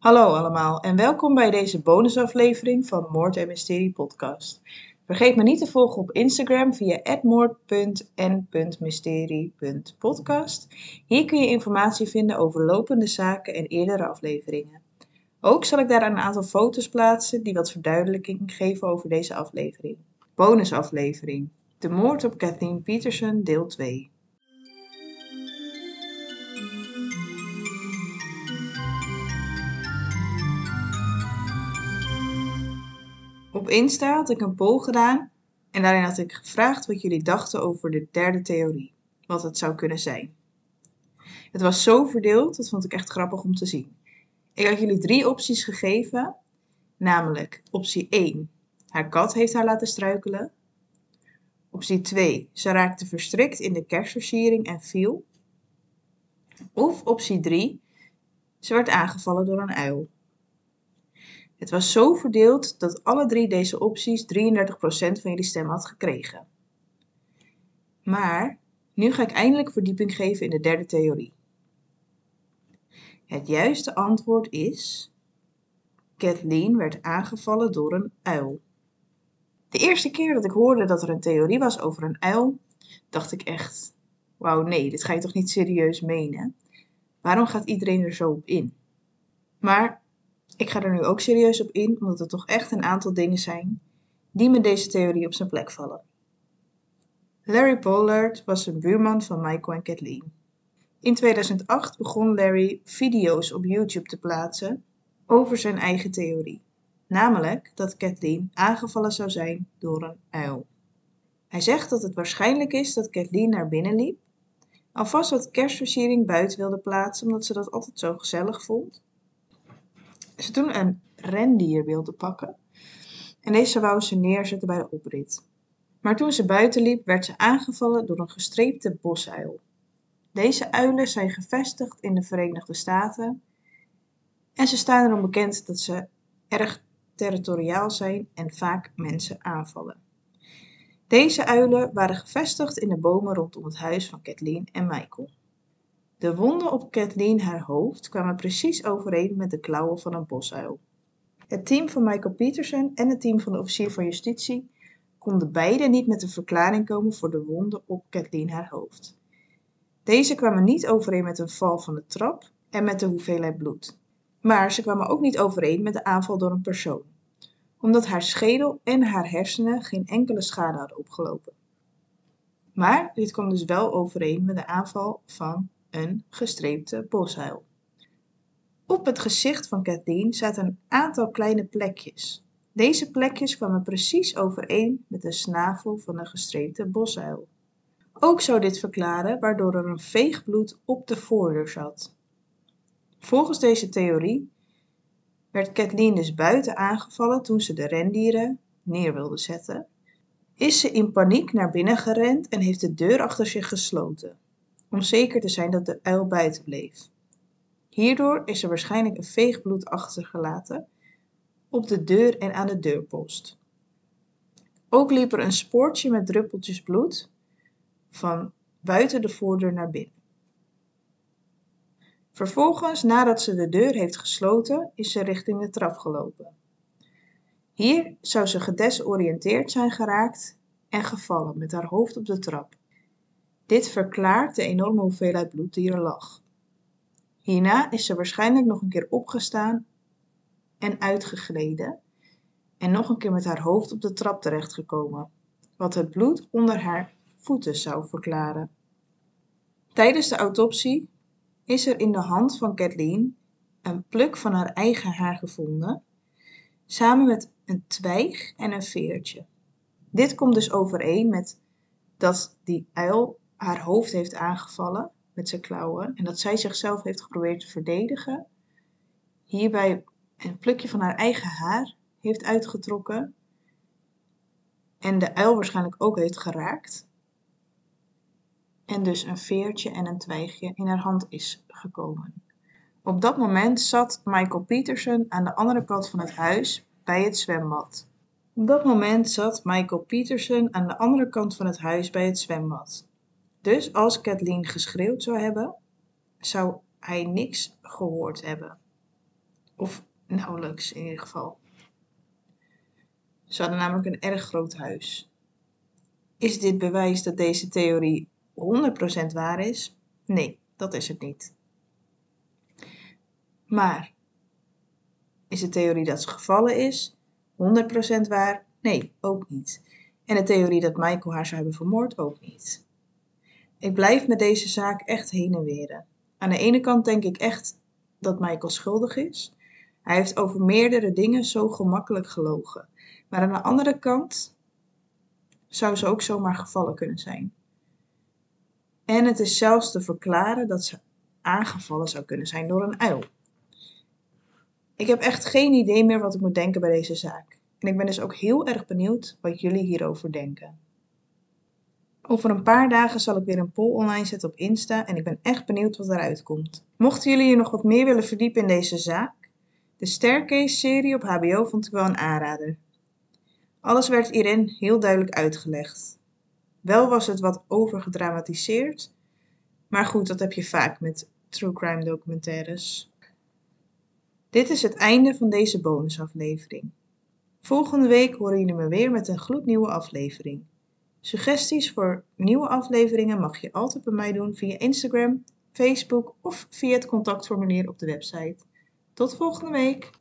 Hallo allemaal en welkom bij deze bonusaflevering van Moord en Mysterie podcast. Vergeet me niet te volgen op Instagram via @moord.en.mysterie.podcast. Hier kun je informatie vinden over lopende zaken en eerdere afleveringen. Ook zal ik daar een aantal foto's plaatsen die wat verduidelijking geven over deze aflevering. Bonusaflevering: De moord op Kathleen Peterson deel 2. Op Insta had ik een poll gedaan en daarin had ik gevraagd wat jullie dachten over de derde theorie, wat het zou kunnen zijn. Het was zo verdeeld, dat vond ik echt grappig om te zien. Ik had jullie 3 opties gegeven, namelijk optie 1, haar kat heeft haar laten struikelen. Optie 2, ze raakte verstrikt in de kerstversiering en viel. Of optie 3, ze werd aangevallen door een uil. Het was zo verdeeld dat alle 3 deze opties 33% van jullie stem had gekregen. Maar nu ga ik eindelijk verdieping geven in de derde theorie. Het juiste antwoord is: Kathleen werd aangevallen door een uil. De eerste keer dat ik hoorde dat er een theorie was over een uil, dacht ik echt: wauw, nee, dit ga je toch niet serieus menen? Waarom gaat iedereen er zo op in? Maar ik ga er nu ook serieus op in, omdat er toch echt een aantal dingen zijn die met deze theorie op zijn plek vallen. Larry Pollard was een buurman van Michael en Kathleen. In 2008 begon Larry video's op YouTube te plaatsen over zijn eigen theorie, namelijk dat Kathleen aangevallen zou zijn door een uil. Hij zegt dat het waarschijnlijk is dat Kathleen naar binnen liep, alvast wat kerstversiering buiten wilde plaatsen omdat ze dat altijd zo gezellig vond. Ze toen een rendier wilde pakken en deze wou ze neerzetten bij de oprit. Maar toen ze buiten liep, werd ze aangevallen door een gestreepte bosuil. Deze uilen zijn gevestigd in de Verenigde Staten en ze staan erom bekend dat ze erg territoriaal zijn en vaak mensen aanvallen. Deze uilen waren gevestigd in de bomen rondom het huis van Kathleen en Michael. De wonden op Kathleen haar hoofd kwamen precies overeen met de klauwen van een bosuil. Het team van Michael Peterson en het team van de officier van justitie konden beide niet met een verklaring komen voor de wonden op Kathleen haar hoofd. Deze kwamen niet overeen met een val van de trap en met de hoeveelheid bloed. Maar ze kwamen ook niet overeen met de aanval door een persoon, omdat haar schedel en haar hersenen geen enkele schade hadden opgelopen. Maar dit kwam dus wel overeen met de aanval van een gestreepte bosuil. Op het gezicht van Kathleen zaten een aantal kleine plekjes. Deze plekjes kwamen precies overeen met de snavel van een gestreepte bosuil. Ook zou dit verklaren waardoor er een veeg bloed op de voordeur zat. Volgens deze theorie werd Kathleen dus buiten aangevallen toen ze de rendieren neer wilde zetten. Is ze in paniek naar binnen gerend en heeft de deur achter zich gesloten, om zeker te zijn dat de uil buiten bleef. Hierdoor is er waarschijnlijk een veeg bloed achtergelaten op de deur en aan de deurpost. Ook liep er een spoortje met druppeltjes bloed van buiten de voordeur naar binnen. Vervolgens, nadat ze de deur heeft gesloten, is ze richting de trap gelopen. Hier zou ze gedesoriënteerd zijn geraakt en gevallen met haar hoofd op de trap. Dit verklaart de enorme hoeveelheid bloed die er lag. Hierna is ze waarschijnlijk nog een keer opgestaan en uitgegleden en nog een keer met haar hoofd op de trap terechtgekomen, wat het bloed onder haar voeten zou verklaren. Tijdens de autopsie is er in de hand van Kathleen een pluk van haar eigen haar gevonden, samen met een twijg en een veertje. Dit komt dus overeen met dat die uil haar hoofd heeft aangevallen met zijn klauwen en dat zij zichzelf heeft geprobeerd te verdedigen. Hierbij een plukje van haar eigen haar heeft uitgetrokken en de uil waarschijnlijk ook heeft geraakt. En dus een veertje en een twijgje in haar hand is gekomen. Op dat moment zat Michael Peterson aan de andere kant van het huis bij het zwembad. Dus als Kathleen geschreeuwd zou hebben, zou hij niks gehoord hebben. Of nauwelijks in ieder geval. Ze hadden namelijk een erg groot huis. Is dit bewijs dat deze theorie 100% waar is? Nee, dat is het niet. Maar is de theorie dat ze gevallen is 100% waar? Nee, ook niet. En de theorie dat Michael haar zou hebben vermoord ook niet. Ik blijf met deze zaak echt heen en weer. Aan de ene kant denk ik echt dat Michael schuldig is. Hij heeft over meerdere dingen zo gemakkelijk gelogen. Maar aan de andere kant zou ze ook zomaar gevallen kunnen zijn. En het is zelfs te verklaren dat ze aangevallen zou kunnen zijn door een uil. Ik heb echt geen idee meer wat ik moet denken bij deze zaak. En ik ben dus ook heel erg benieuwd wat jullie hierover denken. Over een paar dagen zal ik weer een poll online zetten op Insta en ik ben echt benieuwd wat eruit komt. Mochten jullie je nog wat meer willen verdiepen in deze zaak, de Staircase-serie op HBO vond ik wel een aanrader. Alles werd hierin heel duidelijk uitgelegd. Wel was het wat overgedramatiseerd, maar goed, dat heb je vaak met true crime documentaires. Dit is het einde van deze bonusaflevering. Volgende week horen jullie me weer met een gloednieuwe aflevering. Suggesties voor nieuwe afleveringen mag je altijd bij mij doen via Instagram, Facebook of via het contactformulier op de website. Tot volgende week!